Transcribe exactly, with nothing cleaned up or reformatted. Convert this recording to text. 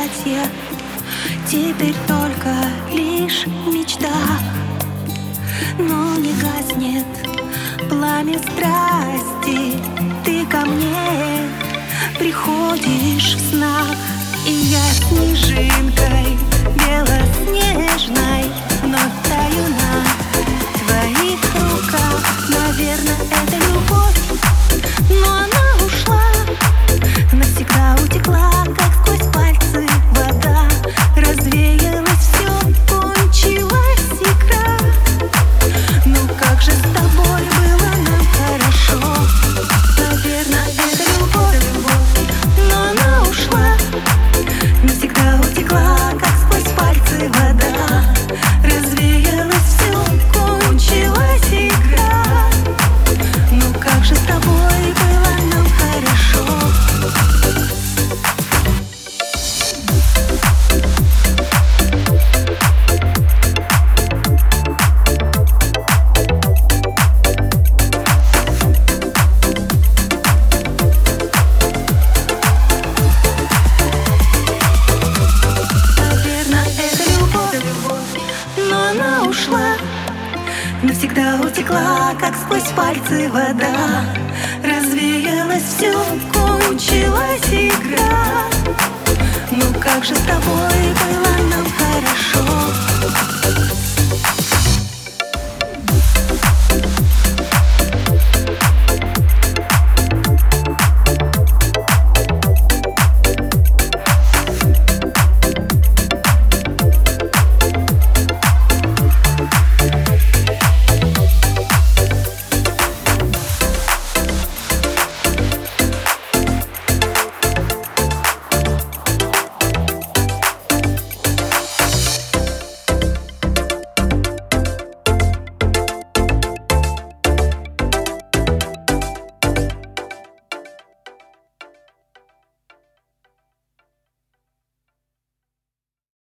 объятия. Теперь только лишь мечта, но не гаснет пламя страсти. Ты ко мне приходишь в снах, и я снежинкой белоснежной вновь таю на твоих руках. Наверное, это любовь, но она ушла, навсегда утекла, как сквозь пальцы вода. Развеялось все, кончилась игра. Ну как же с тобой было нам хорошо. Наверное, это любовь, но она ушла, навсегда утекла, как сквозь пальцы вода. Развеялось все, кончилась игра. Ну как же с тобой было нам хорошо. Навсегда утекла, как сквозь пальцы вода. Развеялось все, кончилась игра. Ну как же с тобой было нам хорошо.